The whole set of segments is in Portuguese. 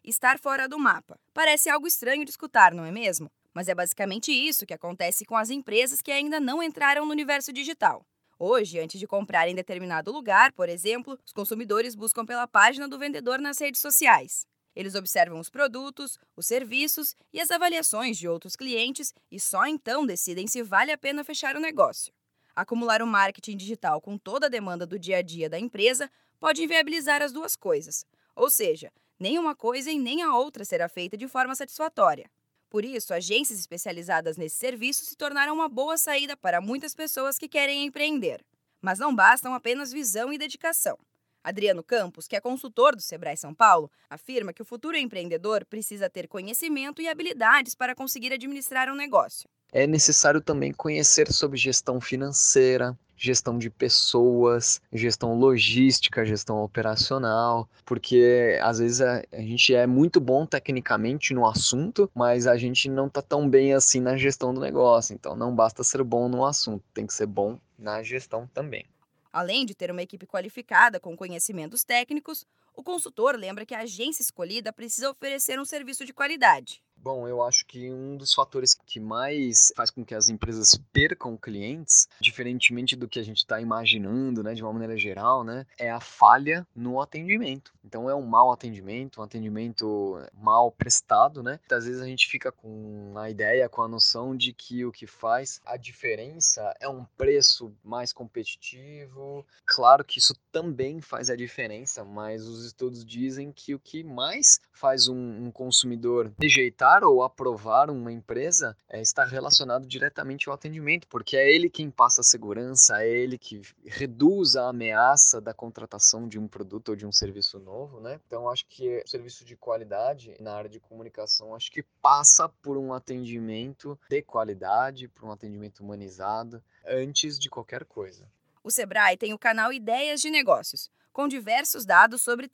estar fora do mapa. Parece algo estranho de escutar, não é mesmo? Mas é basicamente isso que acontece com as empresas que ainda não entraram no universo digital. Hoje, antes de comprar em determinado lugar, por exemplo, os consumidores buscam pela página do vendedor nas redes sociais. Eles observam os produtos, os serviços e as avaliações de outros clientes e só então decidem se vale a pena fechar o negócio. Acumular o marketing digital com toda a demanda do dia a dia da empresa pode inviabilizar as duas coisas. Ou seja, nem uma coisa e nem a outra será feita de forma satisfatória. Por isso, agências especializadas nesse serviço se tornaram uma boa saída para muitas pessoas que querem empreender. Mas não bastam apenas visão e dedicação. Adriano Campos, que é consultor do Sebrae São Paulo, afirma que o futuro empreendedor precisa ter conhecimento e habilidades para conseguir administrar um negócio. É necessário também conhecer sobre gestão financeira, gestão de pessoas, gestão logística, gestão operacional, porque às vezes a gente é muito bom tecnicamente no assunto, mas a gente não está tão bem assim na gestão do negócio. Então não basta ser bom no assunto, tem que ser bom na gestão também. Além de ter uma equipe qualificada com conhecimentos técnicos, o consultor lembra que a agência escolhida precisa oferecer um serviço de qualidade. Bom, eu acho que um dos fatores que mais faz com que as empresas percam clientes, diferentemente do que a gente está imaginando, né, de uma maneira geral, né, é a falha no atendimento. Então é um mau atendimento, um atendimento mal prestado, né? Muitas vezes a gente fica com a ideia, com a noção de que o que faz a diferença é um preço mais competitivo. Claro que isso também faz a diferença, mas os estudos dizem que o que mais faz um consumidor rejeitar ou aprovar uma empresa está relacionado diretamente ao atendimento, porque é ele quem passa a segurança, é ele que reduz a ameaça da contratação de um produto ou de um serviço novo, né? Então acho que o serviço de qualidade na área de comunicação acho que passa por um atendimento de qualidade, por um atendimento humanizado antes de qualquer coisa. O Sebrae tem o canal Ideias de Negócios, com diversos dados sobre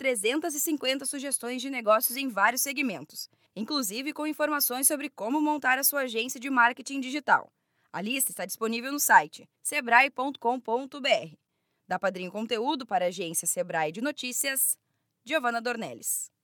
350 sugestões de negócios em vários segmentos, inclusive com informações sobre como montar a sua agência de marketing digital. A lista está disponível no site sebrae.com.br. Da Padrinho Conteúdo para a agência Sebrae de Notícias, Giovana Dornelles.